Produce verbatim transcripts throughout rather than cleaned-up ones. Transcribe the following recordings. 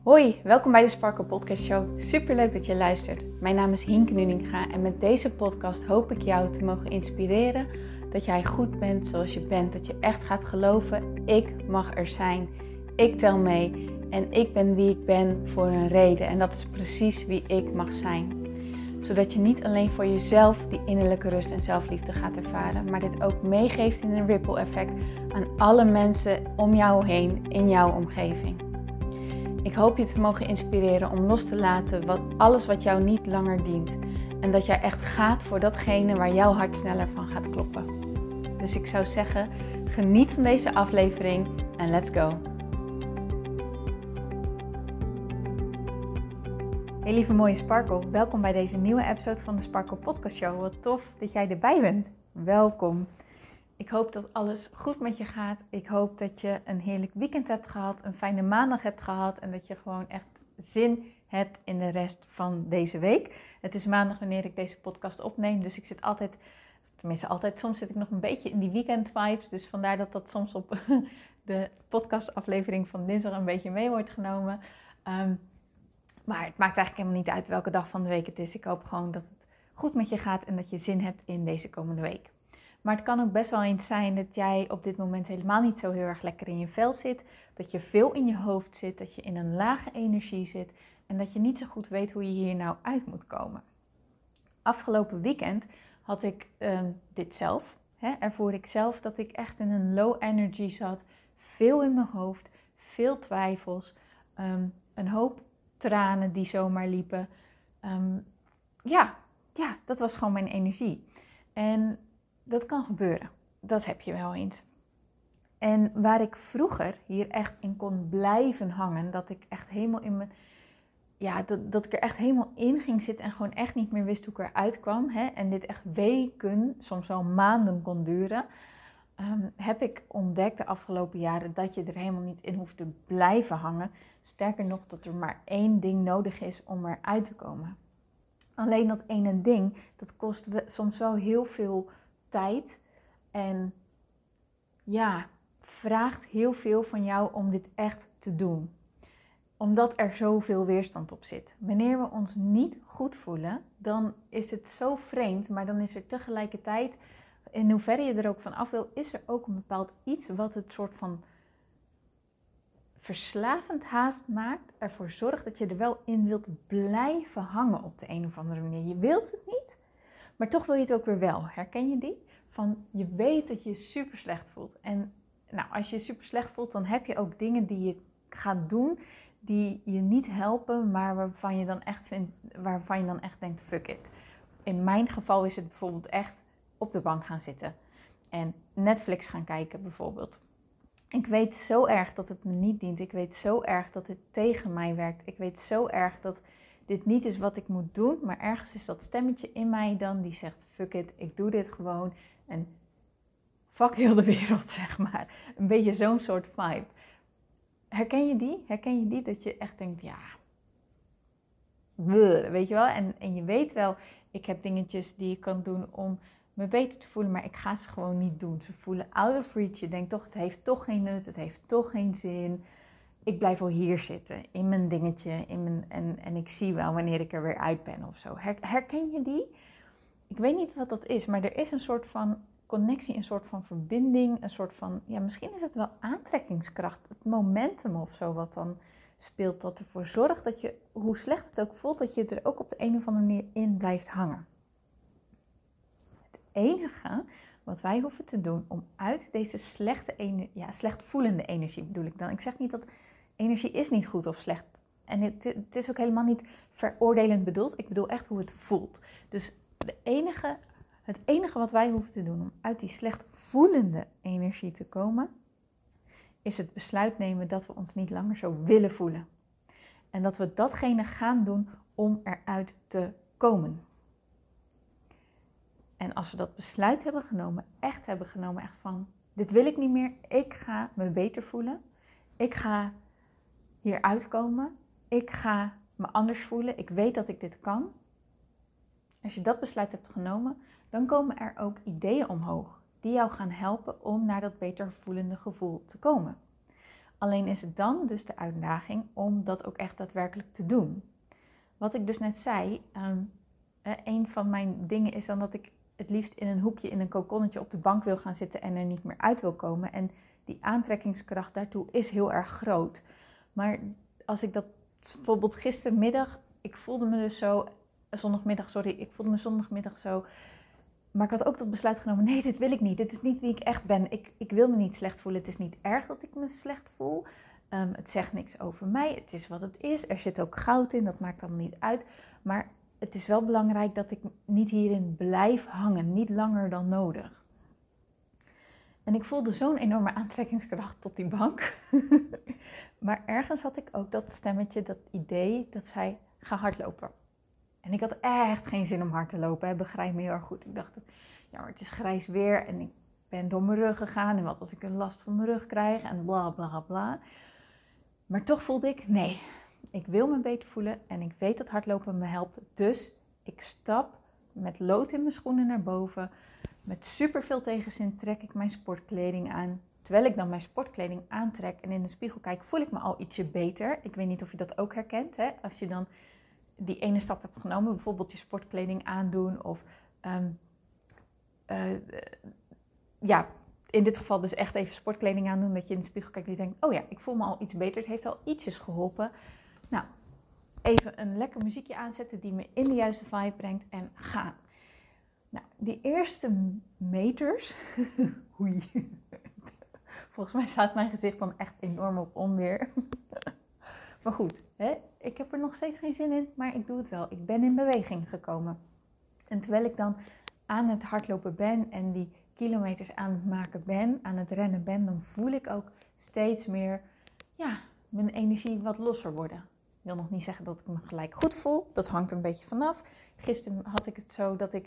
Hoi, welkom bij de Sparkle Podcast Show. Superleuk dat je luistert. Mijn naam is Hienke Nuninga en met deze podcast hoop ik jou te mogen inspireren dat jij goed bent zoals je bent. Dat je echt gaat geloven, ik mag er zijn, ik tel mee en ik ben wie ik ben voor een reden. En dat is precies wie ik mag zijn. Zodat je niet alleen voor jezelf die innerlijke rust en zelfliefde gaat ervaren, maar dit ook meegeeft in een ripple effect aan alle mensen om jou heen in jouw omgeving. Ik hoop je te mogen inspireren om los te laten wat, alles wat jou niet langer dient. En dat jij echt gaat voor datgene waar jouw hart sneller van gaat kloppen. Dus ik zou zeggen, geniet van deze aflevering en let's go. Hey lieve mooie Sparkle, welkom bij deze nieuwe episode van de Sparkle Podcast Show. Wat tof dat jij erbij bent. Welkom. Ik hoop dat alles goed met je gaat. Ik hoop dat je een heerlijk weekend hebt gehad, een fijne maandag hebt gehad en dat je gewoon echt zin hebt in de rest van deze week. Het is maandag wanneer ik deze podcast opneem, dus ik zit altijd, tenminste altijd, soms zit ik nog een beetje in die weekend vibes. Dus vandaar dat dat soms op de podcastaflevering van dinsdag een beetje mee wordt genomen. Um, maar het maakt eigenlijk helemaal niet uit welke dag van de week het is. Ik hoop gewoon dat het goed met je gaat en dat je zin hebt in deze komende week. Maar het kan ook best wel eens zijn dat jij op dit moment helemaal niet zo heel erg lekker in je vel zit. Dat je veel in je hoofd zit, dat je in een lage energie zit en dat je niet zo goed weet hoe je hier nou uit moet komen. Afgelopen weekend had ik um, dit zelf. Hè, ervoor ik zelf dat ik echt in een low energy zat. Veel in mijn hoofd, veel twijfels, um, een hoop tranen die zomaar liepen. Um, ja, ja, dat was gewoon mijn energie. En dat kan gebeuren. Dat heb je wel eens. En waar ik vroeger hier echt in kon blijven hangen, dat ik echt helemaal in mijn, ja, dat, dat ik er echt helemaal in ging zitten en gewoon echt niet meer wist hoe ik eruit kwam. Hè, en dit echt weken, soms wel maanden kon duren, um, heb ik ontdekt de afgelopen jaren dat je er helemaal niet in hoeft te blijven hangen. Sterker nog, dat er maar één ding nodig is om eruit te komen. Alleen dat ene ding, dat kost soms wel heel veel tijd en ja, vraagt heel veel van jou om dit echt te doen. Omdat er zoveel weerstand op zit. Wanneer we ons niet goed voelen, dan is het zo vreemd, maar dan is er tegelijkertijd, in hoeverre je er ook van af wil, is er ook een bepaald iets wat het soort van verslavend haast maakt, ervoor zorgt dat je er wel in wilt blijven hangen op de een of andere manier. Je wilt het niet, maar toch wil je het ook weer wel. Herken je die? Van je weet dat je je super slecht voelt. En nou, als je je super slecht voelt, dan heb je ook dingen die je gaat doen die je niet helpen, maar waarvan je dan echt vindt, waarvan je dan echt denkt, fuck it. In mijn geval is het bijvoorbeeld echt op de bank gaan zitten en Netflix gaan kijken bijvoorbeeld. Ik weet zo erg dat het me niet dient. Ik weet zo erg dat het tegen mij werkt. Ik weet zo erg dat dit niet is wat ik moet doen. Maar ergens is dat stemmetje in mij dan die zegt, fuck it, ik doe dit gewoon. En fuck heel de wereld, zeg maar. Een beetje zo'n soort vibe. Herken je die? Herken je die dat je echt denkt, ja, bleh, weet je wel? En, en je weet wel, ik heb dingetjes die ik kan doen om me beter te voelen, maar ik ga ze gewoon niet doen. Ze voelen out of reach. Je denkt toch, het heeft toch geen nut, het heeft toch geen zin. Ik blijf wel hier zitten, in mijn dingetje, in mijn, en, en ik zie wel wanneer ik er weer uit ben of zo. Her, herken je die? Ik weet niet wat dat is, maar er is een soort van connectie, een soort van verbinding, een soort van, ja, misschien is het wel aantrekkingskracht, het momentum of zo wat dan speelt, dat ervoor zorgt dat je, hoe slecht het ook voelt, dat je er ook op de een of andere manier in blijft hangen. Het enige wat wij hoeven te doen om uit deze slechte ener- ja, slecht voelende energie, bedoel ik dan. Ik zeg niet dat energie is niet goed of slecht. En het, het is ook helemaal niet veroordelend bedoeld. Ik bedoel echt hoe het voelt. Dus de enige, het enige wat wij hoeven te doen om uit die slecht voelende energie te komen, is het besluit nemen dat we ons niet langer zo willen voelen. En dat we datgene gaan doen om eruit te komen. En als we dat besluit hebben genomen, echt hebben genomen, echt van, dit wil ik niet meer, ik ga me beter voelen, ik ga hier uitkomen, ik ga me anders voelen, ik weet dat ik dit kan. Als je dat besluit hebt genomen, dan komen er ook ideeën omhoog die jou gaan helpen om naar dat beter voelende gevoel te komen. Alleen is het dan dus de uitdaging om dat ook echt daadwerkelijk te doen. Wat ik dus net zei, um, uh, een van mijn dingen is dan dat ik het liefst in een hoekje, in een kokonnetje op de bank wil gaan zitten en er niet meer uit wil komen. En die aantrekkingskracht daartoe is heel erg groot. Maar als ik dat bijvoorbeeld gistermiddag, ik voelde me dus zo, zondagmiddag, sorry, ik voelde me zondagmiddag zo. Maar ik had ook tot besluit genomen, nee, dit wil ik niet. Dit is niet wie ik echt ben. Ik, ik wil me niet slecht voelen. Het is niet erg dat ik me slecht voel. Um, het zegt niks over mij. Het is wat het is. Er zit ook goud in, dat maakt allemaal niet uit. Maar het is wel belangrijk dat ik niet hierin blijf hangen. Niet langer dan nodig. En ik voelde zo'n enorme aantrekkingskracht tot die bank. Maar ergens had ik ook dat stemmetje, dat idee dat zei, ga hardlopen. En ik had echt geen zin om hard te lopen, hè. Begrijp me heel erg goed. Ik dacht, ja, maar het is grijs weer en ik ben door mijn rug gegaan. En wat als ik een last van mijn rug krijg en bla bla bla. Maar toch voelde ik, nee, ik wil me beter voelen en ik weet dat hardlopen me helpt. Dus ik stap met lood in mijn schoenen naar boven. Met superveel tegenzin trek ik mijn sportkleding aan. Terwijl ik dan mijn sportkleding aantrek en in de spiegel kijk, voel ik me al ietsje beter. Ik weet niet of je dat ook herkent, hè? Als je dan die ene stap hebt genomen, bijvoorbeeld je sportkleding aandoen of um, uh, ja, in dit geval dus echt even sportkleding aandoen, dat je in de spiegel kijkt en je denkt, oh ja, ik voel me al iets beter, het heeft al ietsjes geholpen. Nou, even een lekker muziekje aanzetten die me in de juiste vibe brengt en gaan. Nou, die eerste meters, oei, volgens mij staat mijn gezicht dan echt enorm op onweer. Maar goed, hè? Ik heb er nog steeds geen zin in, maar ik doe het wel. Ik ben in beweging gekomen. En terwijl ik dan aan het hardlopen ben en die kilometers aan het maken ben, aan het rennen ben, dan voel ik ook steeds meer, ja, mijn energie wat losser worden. Ik wil nog niet zeggen dat ik me gelijk goed voel. Dat hangt er een beetje vanaf. Gisteren had ik het zo dat ik,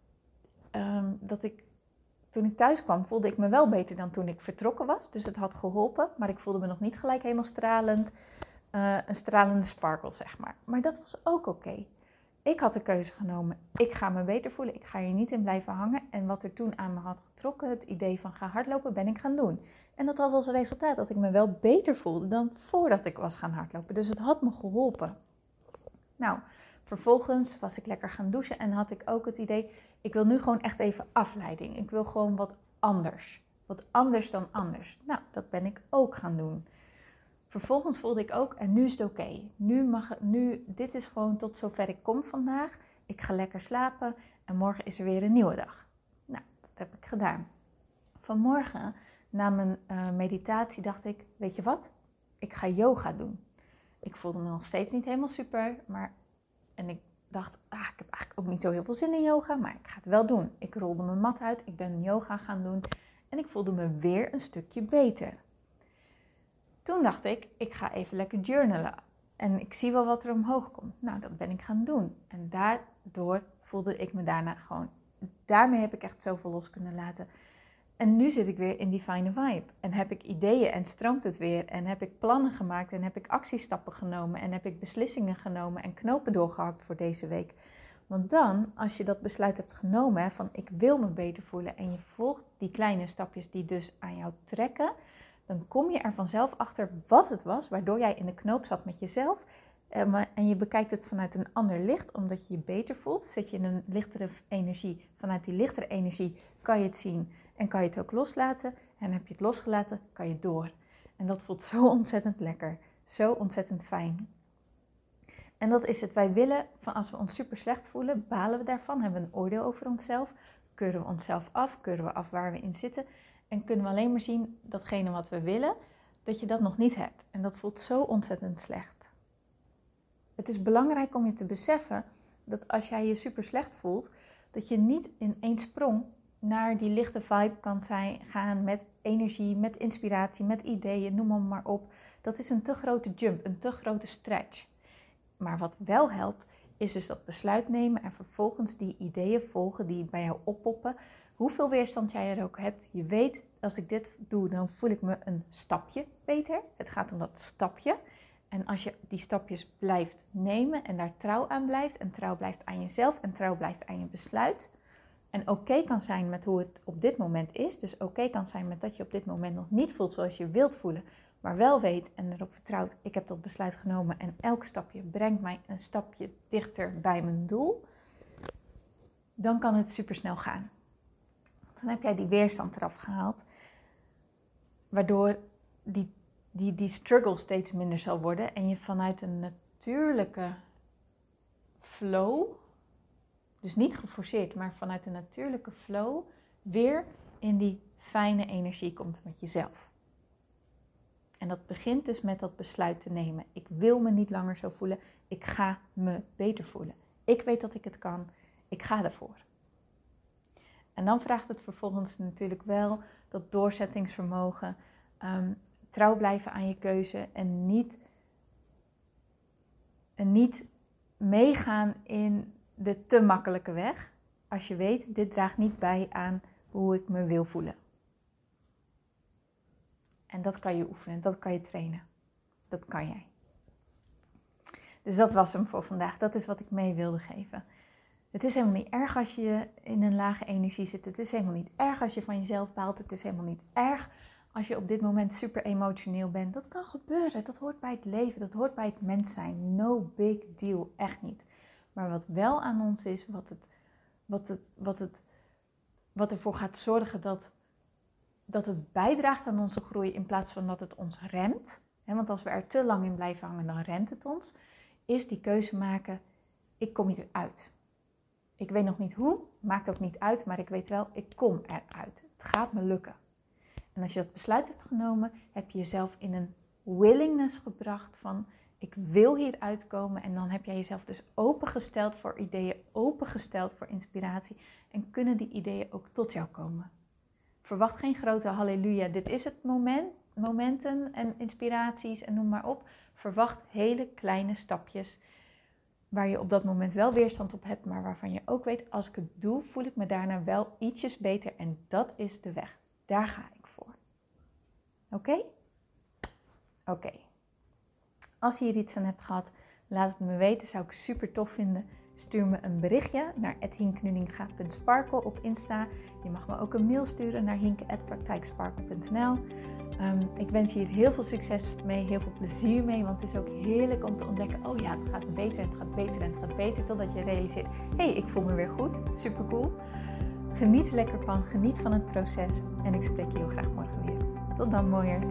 um, dat ik, toen ik thuis kwam, voelde ik me wel beter dan toen ik vertrokken was. Dus het had geholpen, maar ik voelde me nog niet gelijk helemaal stralend. Uh, een stralende sparkle, zeg maar. Maar dat was ook oké. Okay. Ik had de keuze genomen. Ik ga me beter voelen. Ik ga hier niet in blijven hangen. En wat er toen aan me had getrokken, het idee van ga hardlopen, ben ik gaan doen. En dat had als resultaat dat ik me wel beter voelde dan voordat ik was gaan hardlopen. Dus het had me geholpen. Nou, vervolgens was ik lekker gaan douchen en had ik ook het idee, ik wil nu gewoon echt even afleiding. Ik wil gewoon wat anders. Wat anders dan anders. Nou, dat ben ik ook gaan doen. Vervolgens voelde ik ook, en nu is het oké. Okay. Nu mag het, nu, dit is gewoon tot zover ik kom vandaag. Ik ga lekker slapen en morgen is er weer een nieuwe dag. Nou, dat heb ik gedaan. Vanmorgen, na mijn uh, meditatie, dacht ik, weet je wat? Ik ga yoga doen. Ik voelde me nog steeds niet helemaal super, maar... En ik dacht, ah, ik heb eigenlijk ook niet zo heel veel zin in yoga, maar ik ga het wel doen. Ik rolde mijn mat uit, ik ben yoga gaan doen en ik voelde me weer een stukje beter. Toen dacht ik, ik ga even lekker journalen en ik zie wel wat er omhoog komt. Nou, dat ben ik gaan doen. En daardoor voelde ik me daarna gewoon, daarmee heb ik echt zoveel los kunnen laten. En nu zit ik weer in die fijne vibe. En heb ik ideeën en stroomt het weer. En heb ik plannen gemaakt en heb ik actiestappen genomen. En heb ik beslissingen genomen en knopen doorgehakt voor deze week. Want dan, als je dat besluit hebt genomen, hè, van ik wil me beter voelen. En je volgt die kleine stapjes die dus aan jou trekken. Dan kom je er vanzelf achter wat het was, waardoor jij in de knoop zat met jezelf. En je bekijkt het vanuit een ander licht, omdat je je beter voelt. Zet je in een lichtere energie. Vanuit die lichtere energie kan je het zien en kan je het ook loslaten. En heb je het losgelaten, kan je door. En dat voelt zo ontzettend lekker. Zo ontzettend fijn. En dat is het. Wij willen, van als we ons super slecht voelen, balen we daarvan. Hebben we een oordeel over onszelf. Keuren we onszelf af. Keuren we af waar we in zitten. En kunnen we alleen maar zien datgene wat we willen, dat je dat nog niet hebt. En dat voelt zo ontzettend slecht. Het is belangrijk om je te beseffen dat als jij je super slecht voelt, dat je niet in één sprong naar die lichte vibe kan zijn, gaan met energie, met inspiratie, met ideeën, noem hem maar op. Dat is een te grote jump, een te grote stretch. Maar wat wel helpt, is dus dat besluit nemen en vervolgens die ideeën volgen die bij jou oppoppen. Hoeveel weerstand jij er ook hebt, je weet, als ik dit doe, dan voel ik me een stapje beter. Het gaat om dat stapje. En als je die stapjes blijft nemen en daar trouw aan blijft, en trouw blijft aan jezelf en trouw blijft aan je besluit, en oké okay kan zijn met hoe het op dit moment is, dus oké okay kan zijn met dat je op dit moment nog niet voelt zoals je wilt voelen, maar wel weet en erop vertrouwt, ik heb dat besluit genomen en elk stapje brengt mij een stapje dichter bij mijn doel, dan kan het supersnel gaan. Dan heb jij die weerstand eraf gehaald, waardoor die, die, die struggle steeds minder zal worden en je vanuit een natuurlijke flow, dus niet geforceerd, maar vanuit een natuurlijke flow, weer in die fijne energie komt met jezelf. En dat begint dus met dat besluit te nemen. Ik wil me niet langer zo voelen. Ik ga me beter voelen. Ik weet dat ik het kan. Ik ga ervoor. En dan vraagt het vervolgens natuurlijk wel dat doorzettingsvermogen. Um, trouw blijven aan je keuze. En niet, en niet meegaan in de te makkelijke weg. Als je weet, dit draagt niet bij aan hoe ik me wil voelen. En dat kan je oefenen, dat kan je trainen. Dat kan jij. Dus dat was hem voor vandaag. Dat is wat ik mee wilde geven. Het is helemaal niet erg als je in een lage energie zit. Het is helemaal niet erg als je van jezelf baalt. Het is helemaal niet erg als je op dit moment super emotioneel bent. Dat kan gebeuren. Dat hoort bij het leven. Dat hoort bij het mens zijn. No big deal. Echt niet. Maar wat wel aan ons is, wat, het, wat, het, wat, het, wat ervoor gaat zorgen dat... dat het bijdraagt aan onze groei in plaats van dat het ons remt. Want als we er te lang in blijven hangen, dan remt het ons. Is die keuze maken, ik kom hieruit. Ik weet nog niet hoe, maakt ook niet uit, maar ik weet wel, ik kom eruit. Het gaat me lukken. En als je dat besluit hebt genomen, heb je jezelf in een willingness gebracht van, ik wil hieruit komen. En dan heb jij jezelf dus opengesteld voor ideeën, opengesteld voor inspiratie. En kunnen die ideeën ook tot jou komen. Verwacht geen grote halleluja, dit is het moment, momenten en inspiraties en noem maar op. Verwacht hele kleine stapjes waar je op dat moment wel weerstand op hebt, maar waarvan je ook weet, als ik het doe, voel ik me daarna wel ietsjes beter en dat is de weg. Daar ga ik voor. Oké? Okay? Oké. Okay. Als je hier iets aan hebt gehad, laat het me weten, zou ik super tof vinden. Stuur me een berichtje naar at hinknuninga punt sparkle op Insta. Je mag me ook een mail sturen naar hinke at praktijksparkle punt n l. Um, ik wens je hier heel veel succes mee, heel veel plezier mee. Want het is ook heerlijk om te ontdekken, oh ja, het gaat beter en het gaat beter en het gaat beter. Totdat je realiseert, hé, hey, ik voel me weer goed. Super cool. Geniet er lekker van, geniet van het proces. En ik spreek je heel graag morgen weer. Tot dan, mooierd.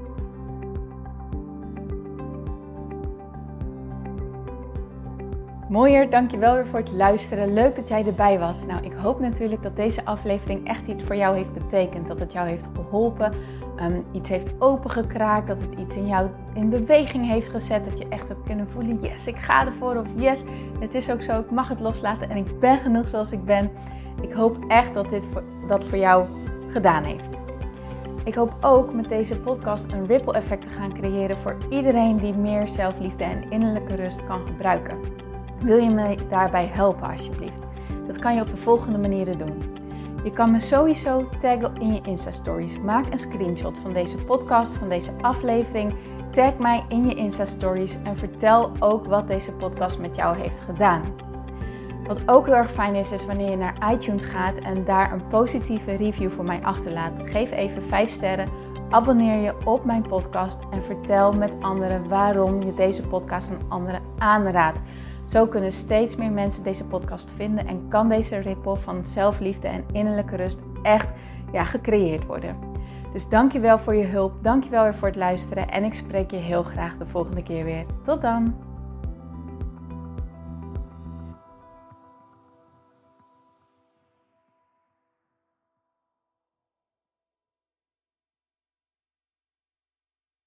Mooier, dankjewel weer voor het luisteren. Leuk dat jij erbij was. Nou, ik hoop natuurlijk dat deze aflevering echt iets voor jou heeft betekend. Dat het jou heeft geholpen, um, iets heeft opengekraakt, dat het iets in jou in beweging heeft gezet. Dat je echt hebt kunnen voelen, yes, ik ga ervoor. Of yes, het is ook zo, ik mag het loslaten en ik ben genoeg zoals ik ben. Ik hoop echt dat dit voor, dat voor jou gedaan heeft. Ik hoop ook met deze podcast een ripple effect te gaan creëren voor iedereen die meer zelfliefde en innerlijke rust kan gebruiken. Wil je me daarbij helpen alsjeblieft? Dat kan je op de volgende manieren doen. Je kan me sowieso taggen in je Insta-stories. Maak een screenshot van deze podcast, van deze aflevering. Tag mij in je Insta-stories en vertel ook wat deze podcast met jou heeft gedaan. Wat ook heel erg fijn is, is wanneer je naar iTunes gaat en daar een positieve review voor mij achterlaat. Geef even vijf sterren, abonneer je op mijn podcast en vertel met anderen waarom je deze podcast aan anderen aanraadt. Zo kunnen steeds meer mensen deze podcast vinden en kan deze ripple van zelfliefde en innerlijke rust echt ja, gecreëerd worden. Dus dankjewel voor je hulp, dankjewel weer voor het luisteren en ik spreek je heel graag de volgende keer weer. Tot dan!